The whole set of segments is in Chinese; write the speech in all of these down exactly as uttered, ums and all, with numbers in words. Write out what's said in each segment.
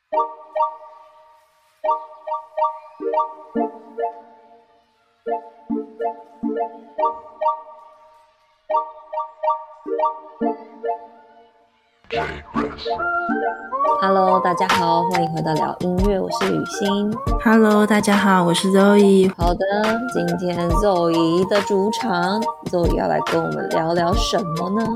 Hello， 大家好，欢迎回到聊音乐，我是雨欣。 Hello， 大家好，我是 Zoe。 好的，今天 Zoe 的主场 ，Zoe 要来跟我们聊聊什么呢？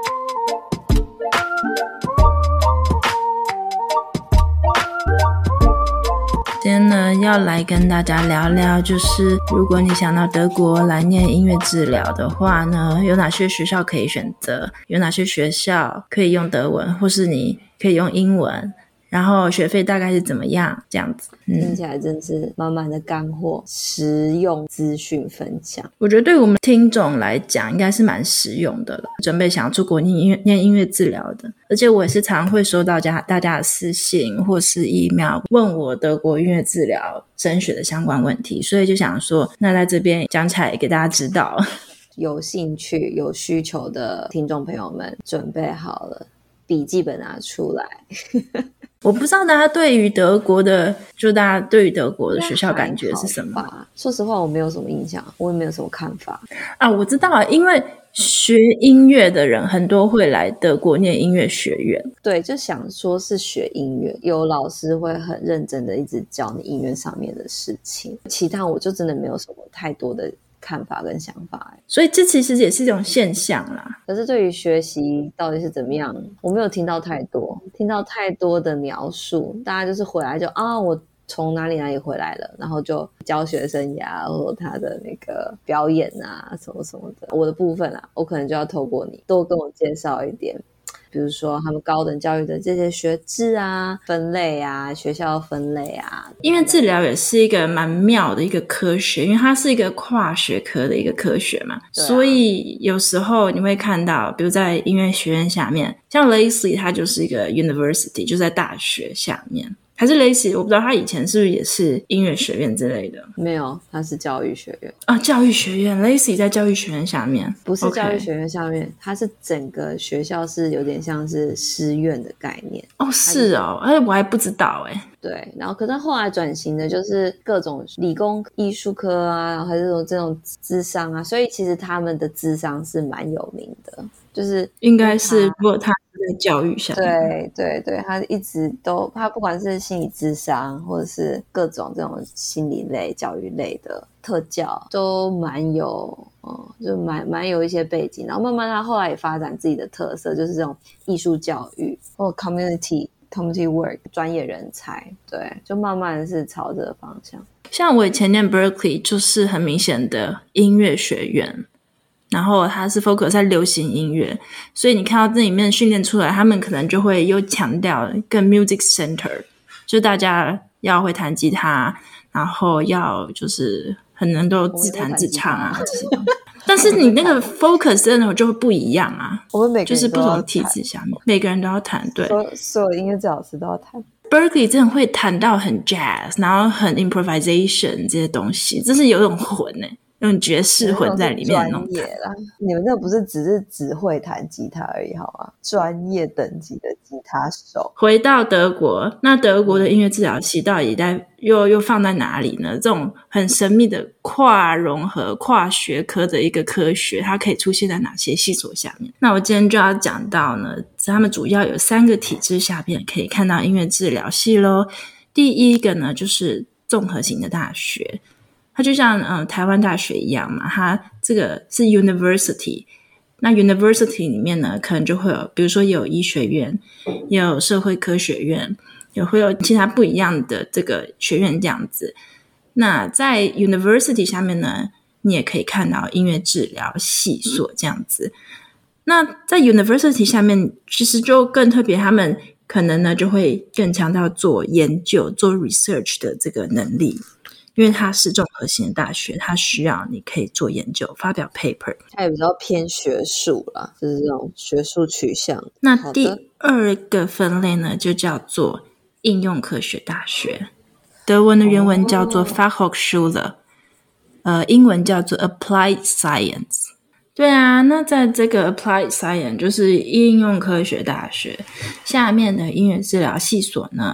今天呢，要来跟大家聊聊，就是如果你想到德国来念音乐治疗的话呢，有哪些学校可以选择，有哪些学校可以用德文，或是你可以用英文，然后学费大概是怎么样，这样子。 嗯、听起来真是满满的干货，实用资讯分享。 我觉得对我们听众来讲，应该是蛮实用的了。准备想要出国念音乐念音乐治疗的，而且我也是常会收到家大家的私信或是 email 问我德国音乐治疗升学的相关问题，所以就想说，那在这边讲起来给大家知道。 有兴趣、有需求的听众朋友们，准备好了，笔记本拿出来。 我不知道大家对于德国的，就大家对于德国的学校感觉是什么？ 说实话，我没有什么印象，我也没有什么看法啊。我知道啊，因为学音乐的人很多会来德国念音乐学院。 对，就想说是学音乐，有老师会很认真的一直教你音乐上面的事情，其他我就真的没有什么太多的看法跟想法， 所以这其实也是一种现象啦。 可是对于学习到底是怎么样，我没有听到太多听到太多的描述，大家就是回来就啊，我从哪里哪里回来了，然后就教学生涯或他的那个表演啊什么什么的。我的部分啊，我可能就要透过你多跟我介绍一点，比如说他们高等教育的这些学制啊、分类啊、学校分类啊。 音乐治疗也是一个蛮妙的一个科学，因为它是一个跨学科的一个科学嘛，啊、所以有时候你会看到，比如在音乐学院下面，像 Leipzig 它就是一个 university， 就在大学下面。还是 Leipzig， 我不知道他以前是不是也是音乐学院之类的。 没有，他是教育学院啊，教育学院 Leipzig 在教育学院下面， 不是教育学院下面， okay. 它是整个学校是有点像是师院的概念。 哦，是哦，哎，我还不知道哎。 对，然后可是后来转型的就是各种理工艺术科啊，然后还是这种諮商啊，所以其实他们的諮商是蛮有名的，就是应该是如果他在教育下面， 对对对，他一直都他不管是心理諮商或者是各种这种心理类教育类的特教都蛮有哦、嗯，就蛮蛮有一些背景，然后慢慢他后来也发展自己的特色，就是这种艺术教育或 community community work 专业人才，对，就慢慢是朝这个方向。 像我以前念 Berkeley 就是很明显的音乐学院，然后它是 focus 在流行音乐，所以你看到这里面训练出来，他们可能就会又强调更 music center， 就大家要会弹吉他，然后要就是很能够自弹自唱啊这些东西。但是你那个 focus 真的就会不一样啊， 我们每个人就是不同体制下面，每个人都要弹，对， 所有所有音乐治疗师都要弹。 Berkeley 真的会弹到很 jazz， 然后很 improvisation 这些东西，这是有种混欸，有种爵士混在里面的那种。 专业啦，你们那不是只是只会弹吉他而已，好吗？专业等级的吉他手。 回到德国，那德国的音乐治疗系到底在又又放在哪里呢？这种很神秘的跨融合、跨学科的一个科学，它可以出现在哪些系所下面？那我今天就要讲到呢，他们主要有三个体制下面可以看到音乐治疗系咯。第一个呢，就是综合型的大学。它就像嗯台湾大学一样嘛，它这个是 university， 那 university 里面呢，可能就会有，比如说也有医学院，也有社会科学院，也会有其他不一样的这个学院这样子。那在 university 下面呢，你也可以看到音乐治疗系所这样子。那在 university 下面，其实就更特别，他们可能呢就会更强调做研究、做 research 的这个能力。因为它是综合性的大学，它需要你可以做研究发表 paper， 它也比较偏学术啦，就是这种学术取向。 那第二个分类呢就叫做应用科学大学，德文的原文叫做 Fachhochschule， 呃，英文叫做 Applied Science。对啊，那在这个 Applied Science 就是应用科学大学下面的音乐治疗系所呢，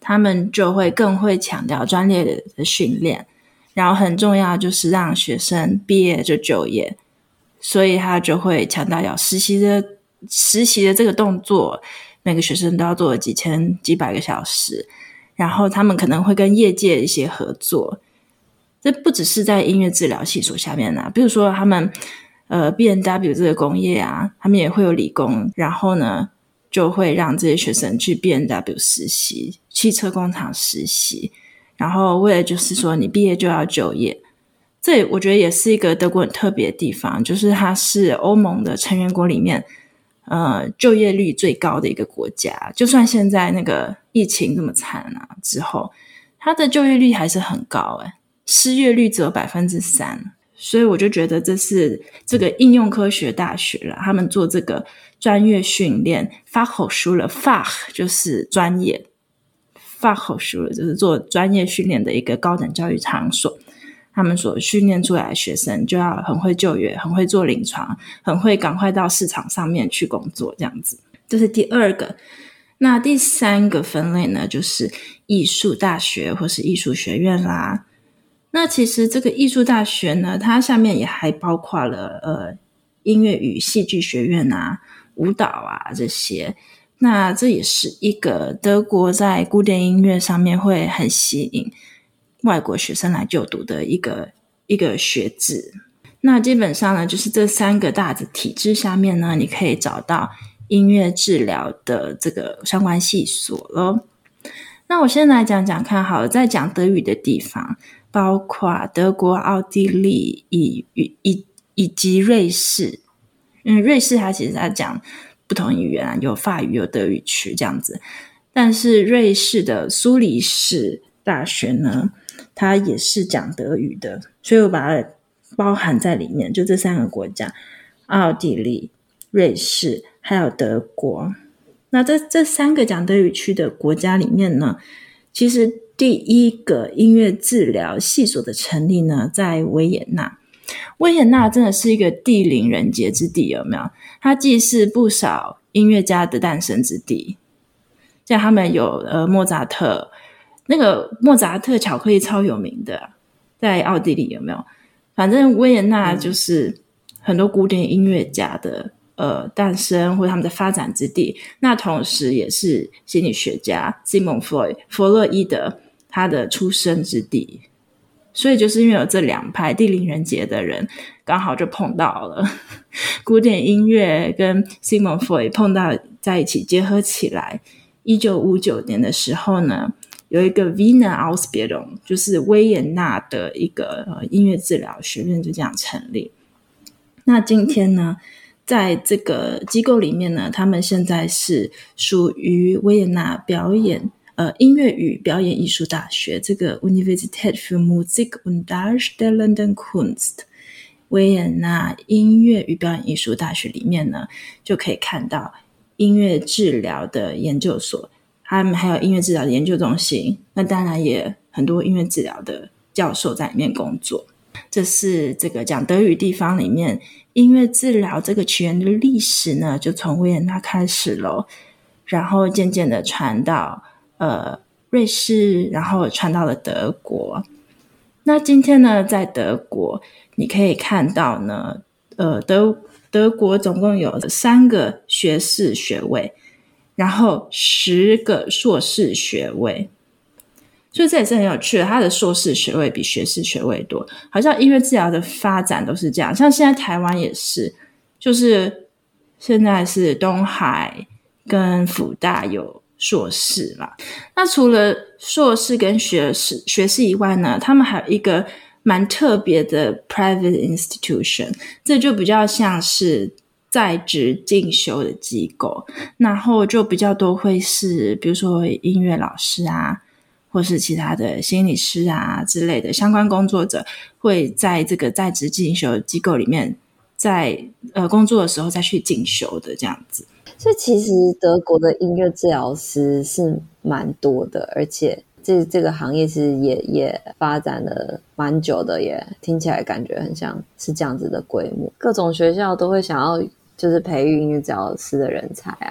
他们就会更会强调专业的训练，然后很重要就是让学生毕业就就业，所以他就会强调要实习的实习的这个动作，每个学生都要做几千几百个小时，然后他们可能会跟业界一些合作。这不只是在音乐治疗系所下面啊，比如说他们呃 B M W 这个工业啊，他们也会有理工，然后呢就会让这些学生去 B M W 实习，汽车工厂实习，然后为了就是说你毕业就要就业。这我觉得也是一个德国很特别的地方，就是它是欧盟的成员国里面呃就业率最高的一个国家，就算现在那个疫情这么惨啊之后，它的就业率还是很高诶，失业率只有 百分之三， 所以我就觉得这是这个应用科学大学啦，他们做这个专业训练 Fachhochschule Fach 就是专业， Fachhochschule 就是做专业训练的一个高等教育场所，他们所训练出来的学生就要很会就业，很会做临床，很会赶快到市场上面去工作，这样子。这是第二个。那第三个分类呢，就是艺术大学或是艺术学院啦。那其实这个艺术大学呢，它下面也还包括了呃音乐与戏剧学院啊、舞蹈啊这些。那这也是一个德国在古典音乐上面会很吸引外国学生来就读的一个一个学制。那基本上呢，就是这三个大的体制下面呢，你可以找到音乐治疗的这个相关系所咯。那我先来讲讲看好了，在讲德语的地方包括德国、奥地利 以, 以, 以及瑞士。因为瑞士它其实在讲不同语言啊，有法语有德语区这样子，但是瑞士的苏黎世大学呢，它也是讲德语的，所以我把它包含在里面，就这三个国家，奥地利、瑞士还有德国。那这这三个讲德语区的国家里面呢，其实第一个音乐治疗系所的成立呢，在维也纳。维也纳真的是一个地灵人杰之地，有没有？它既是不少音乐家的诞生之地，像他们有呃莫扎特，那个莫扎特巧克力超有名的，在奥地利有没有？反正维也纳就是很多古典音乐家的呃诞生或他们的发展之地。那同时也是心理学家 Sigmund Freud 弗洛伊德他的出生之地。所以就是因为有这两派地灵人杰的人刚好就碰到了，古典音乐跟 Sigmund Freud 碰到在一起结合起来。一九五九年的时候呢，有一个 Wiener Ausbildung 就是维也纳的一个、呃、音乐治疗学院就这样成立。那今天呢，在这个机构里面呢，他们现在是属于维也纳表演呃，音乐与表演艺术大学，这个 Universität für Musik und Darstellende Kunst 维也纳音乐与表演艺术大学里面呢，就可以看到音乐治疗的研究所，他们还有音乐治疗的研究中心，那当然也很多音乐治疗的教授在里面工作。这是这个讲德语地方里面音乐治疗这个起源的历史呢，就从维也纳开始咯，然后渐渐的传到呃，瑞士，然后传到了德国。那今天呢，在德国你可以看到呢，呃，德德国总共有三个学士学位，然后十个硕士学位，所以这也是很有趣的。他的硕士学位比学士学位多，好像音乐治疗的发展都是这样。像现在台湾也是，就是现在是东海跟辅大有硕士啦。那除了硕士跟学士学士以外呢，他们还有一个蛮特别的 private institution， 这就比较像是在职进修的机构，然后就比较多会是比如说音乐老师啊，或是其他的心理师啊之类的相关工作者，会在这个在职进修机构里面在呃工作的时候再去进修的这样子。 所以其实德国的音乐治疗师是蛮多的，而且这这个行业其实也也发展了蛮久的，也听起来感觉很像是这样子的规模。各种学校都会想要就是培育音乐治疗师的人才啊。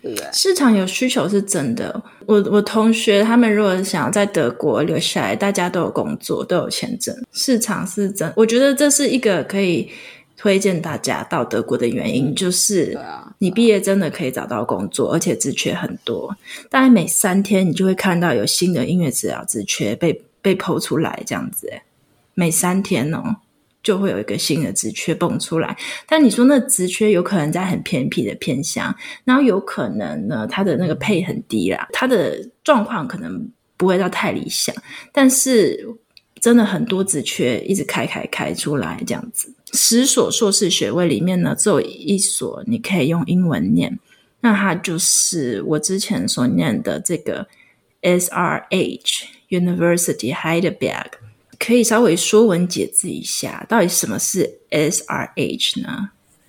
对不对？ 市场有需求是真的。我我同学他们如果想要在德国留下来，大家都有工作，都有签证，市场是真。我觉得这是一个可以推荐大家到德国的原因，就是你毕业真的可以找到工作，而且职缺很多，大概每三天你就会看到有新的音乐治疗职缺被被 po 出来，这样子诶，每三天哦就会有一个新的职缺蹦出来。但你说那职缺有可能在很偏僻的偏乡，然后有可能呢它的那个配很低啦，它的状况可能不会到太理想，但是真的很多职缺一直开开开出来这样子。十所硕士学位里面呢，只有一所你可以用英文念，那它就是我之前所念的这个 S R H University Heidelberg。 可以稍微说文解字一下，到底什么是 S R H 呢？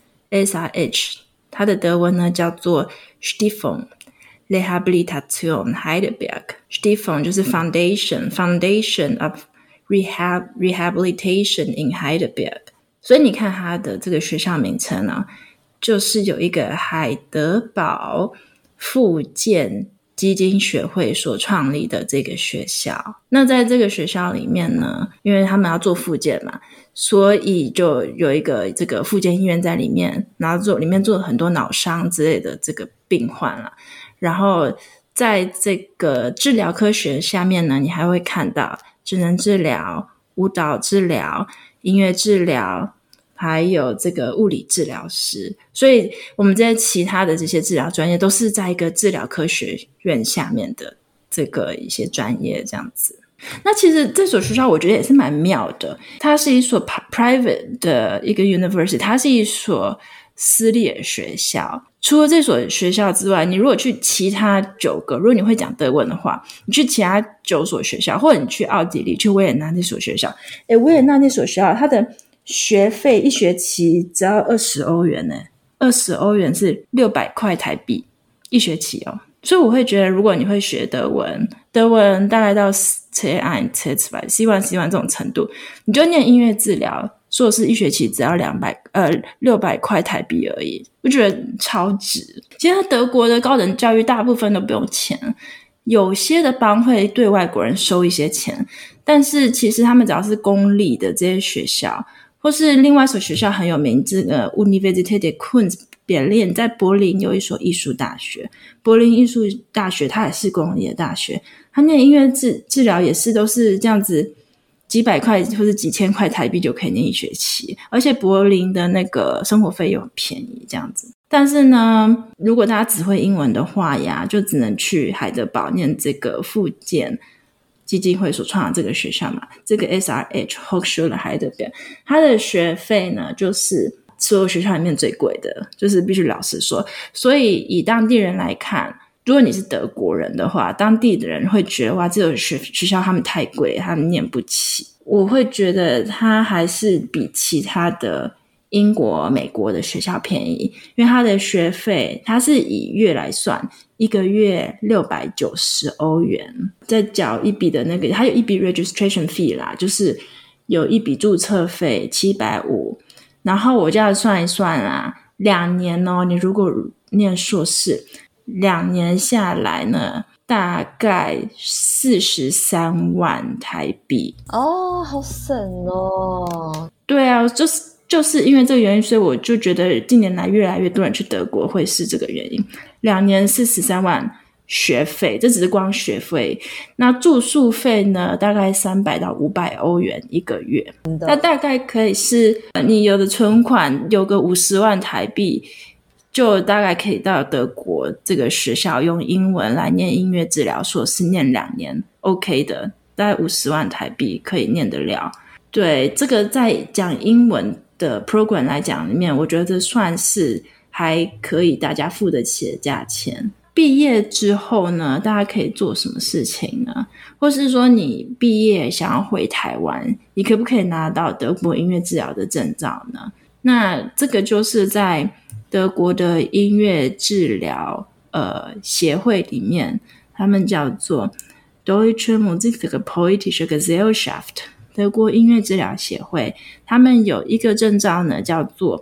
S R H 它的德文呢叫做 Stiftung Rehabilitation Heidelberg。 Stiftung 就是 Foundation Foundation of Rehab Rehabilitation in Heidelberg。 所以你看它的这个学校名称呢、啊，就是有一个海德堡复健基金学会所创立的这个学校。那在这个学校里面呢，因为他们要做复健嘛，所以就有一个这个复健医院在里面，然后做里面做了很多脑伤之类的这个病患啦。然后在这个治疗科学下面呢，你还会看到职能治疗、舞蹈治疗、音乐治疗，还有这个物理治疗师。所以我们这些其他的这些治疗专业都是在一个治疗科学院下面的这个一些专业这样子。那其实这所学校我觉得也是蛮妙的，它是一所 private 的一个 university， 它是一所私立的学校。除了这所学校之外，你如果去其他九个，如果你会讲德文的话，你去其他九所学校，或者你去奥地利去维也纳那所学校，诶，维也纳那所学校它的学费一学期只要二十欧元呢，二十欧元是六百块台币一学期哦。所以我会觉得，如果你会学德文，德文大概到 C 一 C 二 C 一 C 二 这种程度，你就念音乐治疗硕士一学期只要两百呃六百块台币而已，我觉得超值。其实德国的高等教育大部分都不用钱，有些的邦会对外国人收一些钱，但是其实他们只要是公立的这些学校，或是另外一所学校很有名，这个 Universität Kunst Berlin， 在柏林有一所艺术大学，柏林艺术大学它也是公立的大学，它念音乐 治, 治疗也是都是这样子，几百块或是几千块台币就可以念一学期，而且柏林的那个生活费又很便宜这样子。但是呢，如果大家只会英文的话呀，就只能去海德堡念这个复健基金会所创的这个学校嘛，这个 S R H Hochschule Heidelberg， 它的学费呢就是所有学校里面最贵的，就是必须老实说。所以以当地人来看，如果你是德国人的话，当地的人会觉得哇，这个 学, 学校他们太贵，他们念不起。我会觉得它还是比其他的英国美国的学校便宜，因为它的学费它是以月来算，一个月六百九十欧元，再缴一笔的那个，还有一笔 registration fee 啦，就是有一笔注册费七百五十，然后我这样算一算啦，两年哦，你如果念硕士两年下来呢，大概四十三万台币哦，好省哦。 对啊，就是就是因为这个原因，所以我就觉得近年来越来越多人去德国会是这个原因。两年四十三万学费，这只是光学费。那住宿费呢，大概三百到五百欧元一个月。那大概可以是你有的存款有个五十万台币，就大概可以到德国这个学校用英文来念音乐治疗硕士，念两年 OK 的，大概五十万台币可以念得了。对，这个在讲英文的 program 来讲里面，我觉得这算是还可以大家付得起的价钱。毕业之后呢，大家可以做什么事情呢？或是说你毕业想要回台湾，你可不可以拿到德国音乐治疗的证照呢？那这个就是在德国的音乐治疗呃协会里面，他们叫做 Deutsche Musiktherapeutischen Gesellschaft， 德国音乐治疗协会，他们有一个证照呢，叫做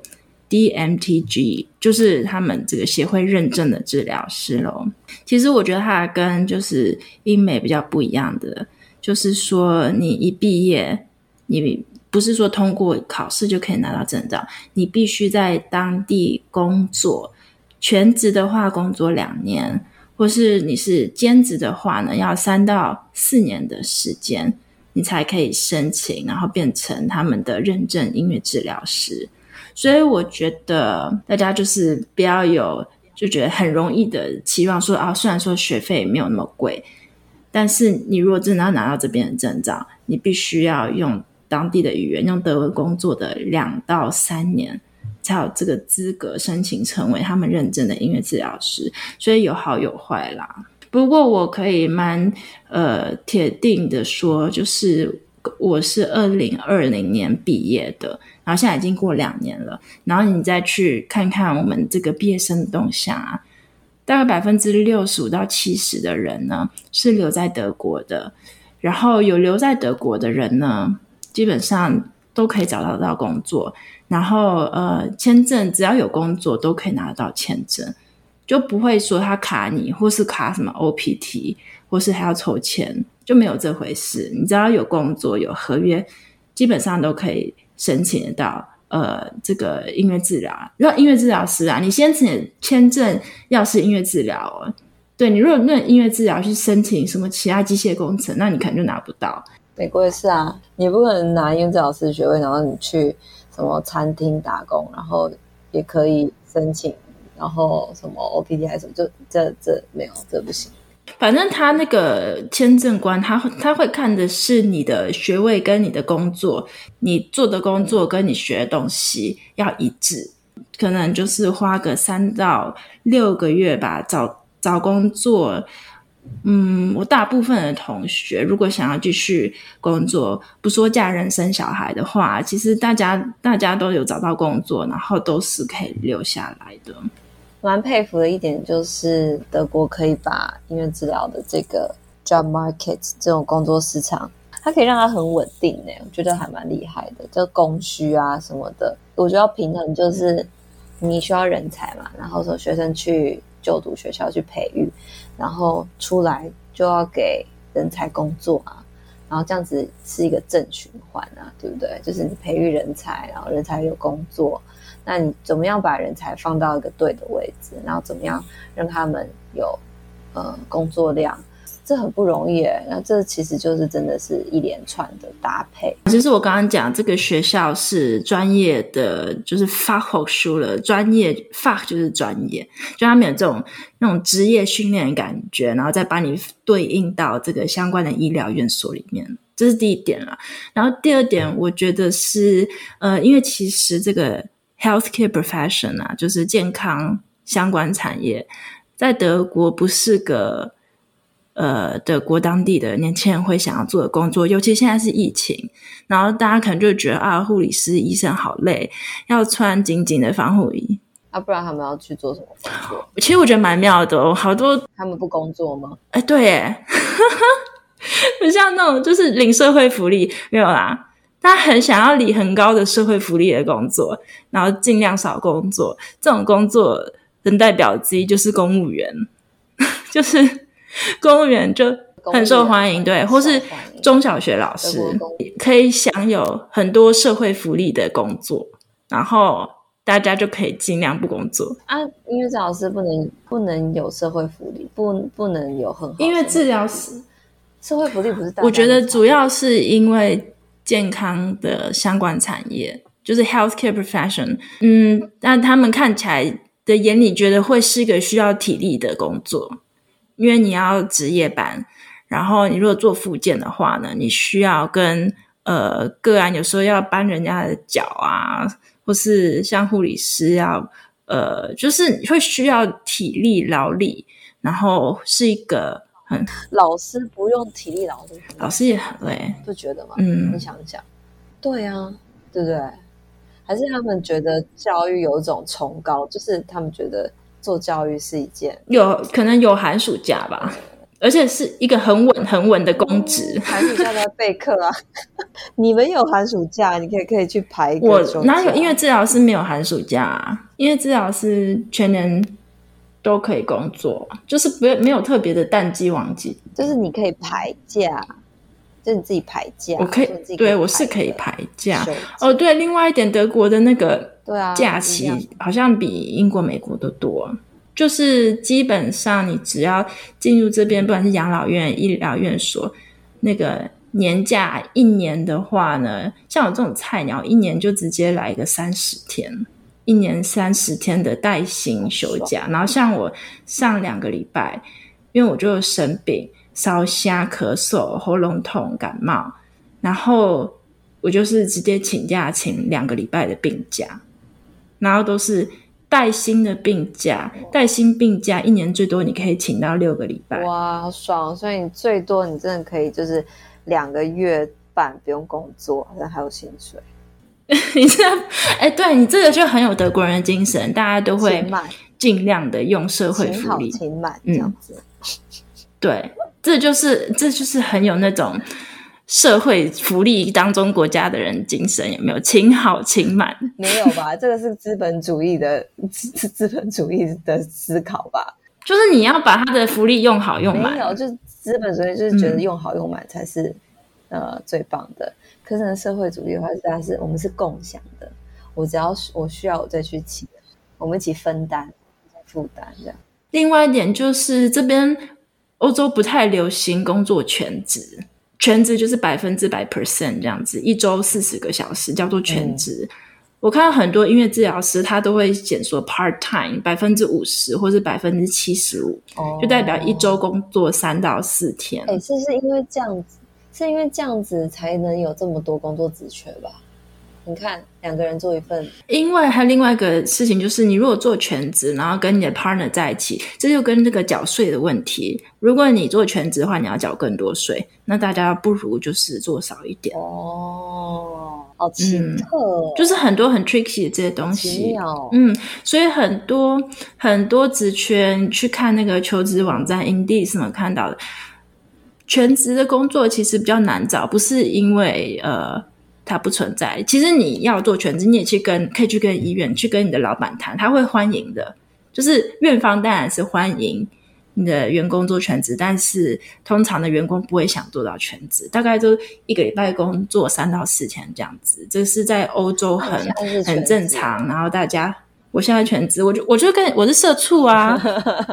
D M T G， 就是他们这个协会认证的治疗师咯。其实我觉得它跟就是英美比较不一样的，就是说你一毕业，你不是说通过考试就可以拿到证照，你必须在当地工作，全职的话工作两年，或是你是兼职的话呢，要三到四年的时间，你才可以申请，然后变成他们的认证音乐治疗师。所以我觉得大家就是不要有就觉得很容易的期望说啊，虽然说学费没有那么贵，但是你如果真的要拿到这边的证照，你必须要用当地的语言，用德文工作的两到三年，才有这个资格申请成为他们认证的音乐治疗师。所以有好有坏啦。不过我可以蛮呃铁定的说，就是我是二零二零年毕业的，然后现在已经过两年了，然后你再去看看我们这个毕业生的动向啊，大概百分之六十五到七十的人呢是留在德国的，然后有留在德国的人呢，基本上都可以找得到工作，然后呃签证只要有工作都可以拿得到签证，就不会说他卡你，或是卡什么 O P T， 或是还要抽签，就没有这回事。你只要有工作有合约，基本上都可以申请得到呃这个音乐治疗。然后音乐治疗师啊，你先请签证要是音乐治疗哦，对，你如果那音乐治疗去申请什么其他机械工程，那你可能就拿不到。 美国也是啊，你不可能拿音乐治疗师学位，然后你去什么餐厅打工，然后也可以申请，然后什么 O P T 还是什么，就这这没有，这不行。 反正他那个签证官他他会看的是你的学位跟你的工作，你做的工作跟你学的东西要一致，可能就是花个三到六个月吧，找找工作。嗯，我大部分的同学如果想要继续工作，不说嫁人生小孩的话，其实大家大家都有找到工作，然后都是可以留下来的。 蛮佩服的一点就是德国可以把音乐治疗的这个 job market 这种工作市场，它可以让它很稳定耶，我觉得还蛮厉害的，就供需啊什么的，我觉得要平衡，就是你需要人才嘛，然后说学生去就读学校去培育，然后出来就要给人才工作啊，然后这样子是一个正循环啊，对不对？就是你培育人才，然后人才有工作，那你怎么样把人才放到一个对的位置，然后怎么样让他们有呃工作量，这很不容易耶。那这其实就是真的是一连串的搭配。 其实我刚刚讲这个学校是专业的，就是 Fachhochschule， 专业 Fach 就是专业，就他们有这种那种职业训练的感觉，然后再把你对应到这个相关的医疗院所里面，这是第一点啦。然后第二点我觉得是呃，因为其实这个 healthcare profession 啊，就是健康相关产业，在德国不是个呃，德国当地的年轻人会想要做的工作，尤其现在是疫情，然后大家可能就觉得啊，护理师、医生好累，要穿紧紧的防护衣啊，不然他们要去做什么工作？ 其实我觉得蛮妙的哦，好多他们不工作吗？ 哎，对耶，很像那种就是领社会福利，没有啦，他很想要领很高的社会福利的工作，然后尽量少工作，这种工作能代表之一就是公务员，就是公务员就很受欢迎，对，或是中小学老师可以享有很多社会福利的工作，然后大家就可以尽量不工作啊。音乐治疗师不能不能有社会福利，不不能有很好的音乐治疗师社会福利不是大家， 我觉得主要是因为健康的相关产业，就是 healthcare profession， 嗯，但他们看起来的眼里觉得会是一个需要体力的工作。因为你要值夜班，然后你如果做复健的话呢，你需要跟呃个案有时候要搬人家的脚啊，或是像护理师要呃，就是会需要体力劳力，然后是一个很老师不用体力劳力， 老师也很累， 不觉得吗？ 嗯， 你想想，对啊，对不对？还是他们觉得教育有一种崇高，就是他们觉得做教育是一件有可能有寒暑假吧， 而且是一个很稳很稳的公职。 嗯、寒暑假都在备课啊。你们有寒暑假，你可以可以去排一个我休假。 哪有？因为治疗师没有寒暑假啊，因为治疗师全年都可以工作，就是没没有特别的淡季旺季， 就是你可以排假，就你自己排假。 我可以， 以对我是可以排假。 假哦，对，另外一点，德国的那个对啊假期好像比英国、美国都多。就是基本上你只要进入这边，不管是养老院、医疗院所，那个年假一年的话呢，像我这种菜鸟，一年就直接来个三十天，一年三十天的带薪休假。然后像我上两个礼拜，因为我就生病，烧瞎、咳嗽、喉咙痛、感冒，然后我就是直接请假，请两个礼拜的病假，然后都是带薪的病假，带薪病假一年最多你可以请到六个礼拜。 哇，好爽！所以你最多你真的可以就是两个月半不用工作，但还有薪水。 你这样，哎，对，你这个就很有德国人的精神，大家都会尽量的用社会福利， 勤满这样子。 嗯、对，这就是这就是很有那种社会福利当中国家的人精神，有没有？勤好勤满？ 没有吧？这个是资本主义的资资本主义的思考吧？ 就是你要把他的福利用好用满。 没有，就是资本主义就是觉得用好用满才是、嗯、呃最棒的。可是社会主义的话，大家是我们是共享的，我只要我需要我再去请，我们一起分担负担这样。 另外一点就是这边欧洲不太流行工作全职。全职就是百分之百 percent 这样子，一周四十个小时叫做全职。嗯、我看到很多音乐治疗师，他都会写说 part time 百分之五十或是百分之七十五，就代表一周工作三到四天。 哎、欸，是是因为这样子，是因为这样子才能有这么多工作职缺吧？你看两个人做一份， 因为还有另外一个事情就是，你如果做全职，然后跟你的 partner 在一起，这就跟这个缴税的问题。如果你做全职的话，你要缴更多税，那大家不如就是做少一点。 哦，好奇特、哦嗯，就是很多很 tricky 的这些东西。 哦、 嗯，所以很多很多职缺，你去看那个求职网站 Indeed 什么看到的，全职的工作其实比较难找，不是因为呃。它不存在。其实你要做全职，你也去跟可以去跟医院去跟你的老板谈，他会欢迎的。就是院方当然是欢迎你的员工做全职，但是通常的员工不会想做到全职，大概都一个礼拜工作三到四天这样子。这是在欧洲很很正常。然后大家，我现在全职，我就我就跟我是社畜啊。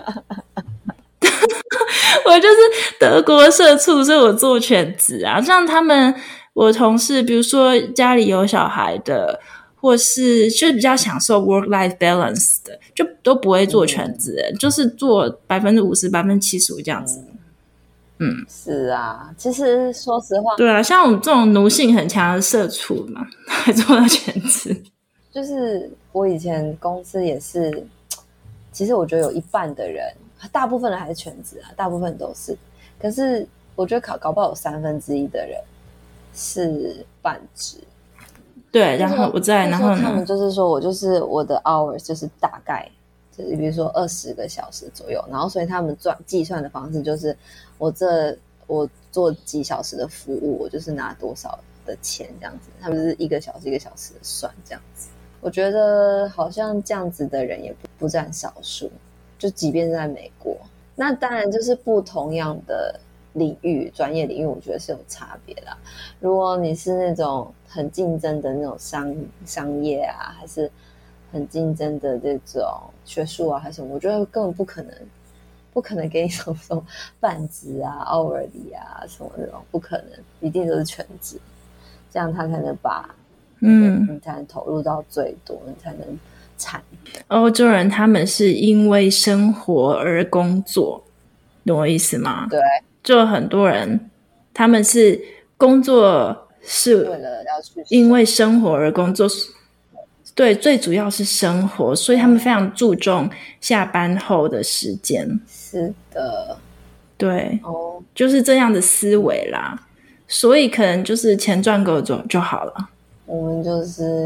我就是德国社畜，所以我做全职啊。像他们我同事，比如说家里有小孩的，或是就比较享受 work-life balance 的，就都不会做全职、嗯、就是做百分之五十、百分之七十五这样子。嗯， 是啊，其实说实话， 对啊，像我们这种奴性很强的社畜嘛，还做到全职。 就是我以前公司也是，其实我觉得有一半的人，大部分人还是全职啊，大部分都是。可是我觉得搞搞不好有三分之一的人是半职。 对，然后我在，然后呢？ 他们就是说我就是我的 hours 就是大概就是比如说二十个小时左右，然后所以他们赚计算的方式就是我这我做几小时的服务，我就是拿多少的钱这样子，他们是一个小时一个小时的算这样子。我觉得好像这样子的人也不不占少数，就即便是在美国，那当然就是不同样的领域专业领域我觉得是有差别啦。如果你是那种很竞争的那种商商业啊，还是很竞争的这种学术啊还是什么，我觉得根本不可能不可能给你什么什么半职啊 hourly 啊什么那种，不可能，一定都是全职，这样他才能把嗯你才能投入到最多，你才能产。 欧洲人他们是因为生活而工作，懂我意思吗？ 对， 就很多人他们是工作是为了要去因为生活而工作，对，最主要是生活，所以他们非常注重下班后的时间。 是的， 对、 哦、 就是这样的思维啦，所以可能就是钱赚够就就好了。 我们就是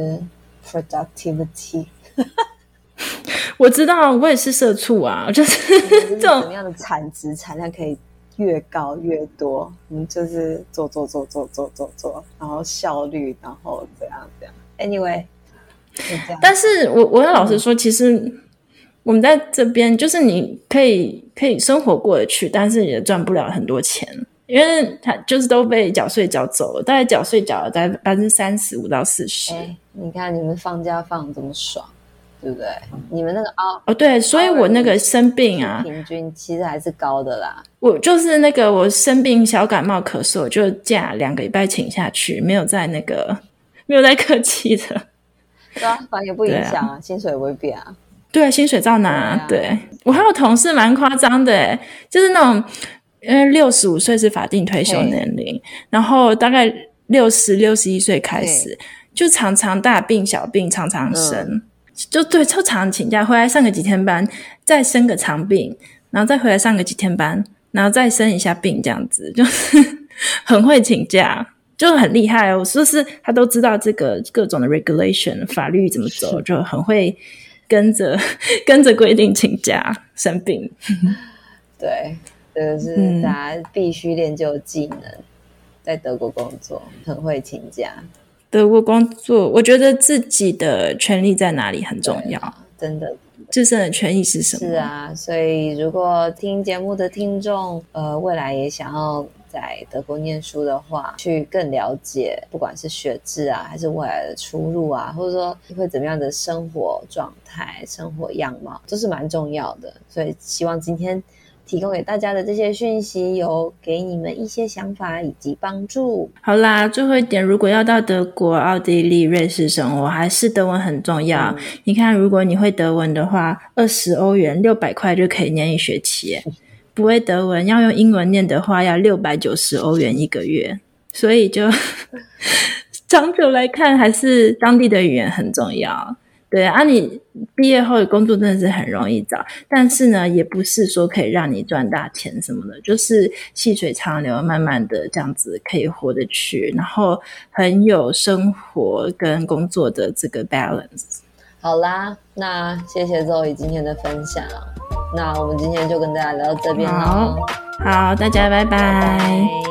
productivity 我知道，我也是社畜啊，就是这种怎么样的产值产量可以越高越多，我们就是做做做做做做做，然后效率，然后怎样怎样。Anyway， 但是我我要老实说，嗯、其实我们在这边就是你可以可以生活过得去，但是也赚不了很多钱。因为他就是都被缴税缴走了，大概缴税缴了在百分之三十五到四十。 哎，你看你们放假放这么爽，对不对？你们那个哦哦对，所以我那个生病啊， 平均其实还是高的啦。 我就是那个我生病小感冒咳嗽，就假两个礼拜请下去，没有在那个没有在客气的。 对啊，反正也不影响啊，薪水也不会变啊。 对，薪水照拿。对, 啊、对，我还有同事蛮夸张的耶，就是那种。因为六十五岁是法定退休年龄，然后大概六十六十一岁开始，就常常大病小病，常常生，嗯、就对，就常常请假，回来上个几天班，再生个长病，然后再回来上个几天班，然后再生一下病，这样子，就是很会请假，就很厉害哦。就是他都知道这个各种的 regulation 法律怎么走，就很会跟着跟着规定请假生病。 对。这个是大家必须练就的技能、嗯、在德国工作很会请假。 德国工作我觉得自己的权利在哪里很重要， 真的自身的权益是什么？ 是啊，所以如果听节目的听众呃，未来也想要在德国念书的话，去更了解不管是学制啊还是未来的出路啊，或者说会怎么样的生活状态生活样貌，这是蛮重要的。所以希望今天提供给大家的这些讯息有给你们一些想法以及帮助。 好啦，最后一点，如果要到德国、奥地利、瑞士生活，还是德文很重要、嗯、你看如果你会德文的话，二十欧元六百块就可以念一学期耶，不会德文要用英文念的话要六百九十欧元一个月，所以就长久来看还是当地的语言很重要。对啊，你毕业后的工作真的是很容易找，但是呢也不是说可以让你赚大钱什么的，就是细水长流慢慢的这样子可以活得去，然后很有生活跟工作的这个 balance。 好啦，那谢谢 Zoe 今天的分享，那我们今天就跟大家聊到这边咯。 好，好，大家拜拜。 拜拜。